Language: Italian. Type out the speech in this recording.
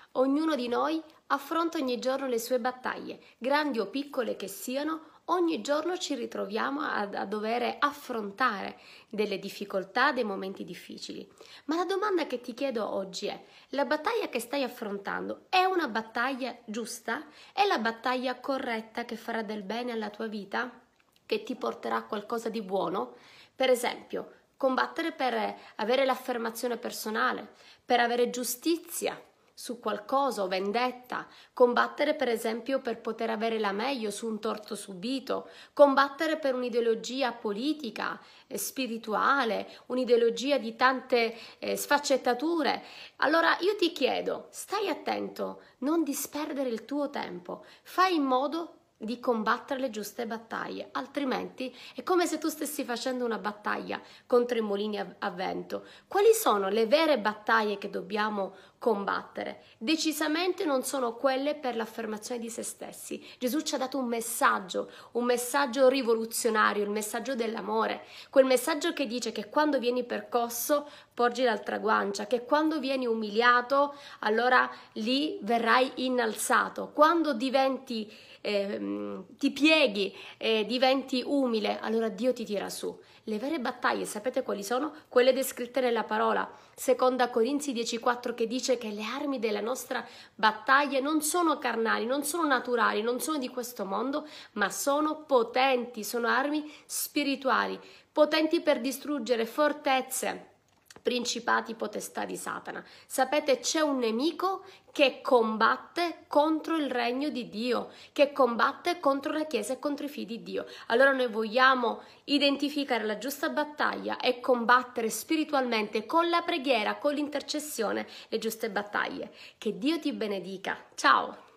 Ognuno di noi affronta ogni giorno le sue battaglie, grandi o piccole che siano. Ogni giorno ci ritroviamo a dover affrontare delle difficoltà, dei momenti difficili. Ma la domanda che ti chiedo oggi è: la battaglia che stai affrontando è una battaglia giusta? È la battaglia corretta che farà del bene alla tua vita? Che ti porterà a qualcosa di buono? Per esempio, combattere per avere l'affermazione personale, per avere giustizia su qualcosa o vendetta, combattere per esempio per poter avere la meglio su un torto subito, combattere per un'ideologia politica, spirituale, un'ideologia di tante sfaccettature. Allora io ti chiedo, stai attento, non disperdere il tuo tempo, fai in modo di combattere le giuste battaglie, altrimenti è come se tu stessi facendo una battaglia contro i mulini a vento. Quali sono le vere battaglie che dobbiamo combattere? Decisamente non sono quelle per l'affermazione di se stessi. Gesù ci ha dato un messaggio rivoluzionario, il messaggio dell'amore, quel messaggio che dice che quando vieni percosso porgi l'altra guancia, che quando vieni umiliato allora lì verrai innalzato, quando ti pieghi e diventi umile, allora Dio ti tira su. Le vere battaglie, sapete quali sono? Quelle descritte nella parola. Seconda Corinzi 10,4 che dice che le armi della nostra battaglia non sono carnali, non sono naturali, non sono di questo mondo, ma sono potenti, sono armi spirituali, potenti per distruggere fortezze, principati, potestà di Satana. Sapete, c'è un nemico che combatte contro il regno di Dio, che combatte contro la Chiesa e contro i figli di Dio. Allora noi vogliamo identificare la giusta battaglia e combattere spiritualmente con la preghiera, con l'intercessione, le giuste battaglie. Che Dio ti benedica. Ciao!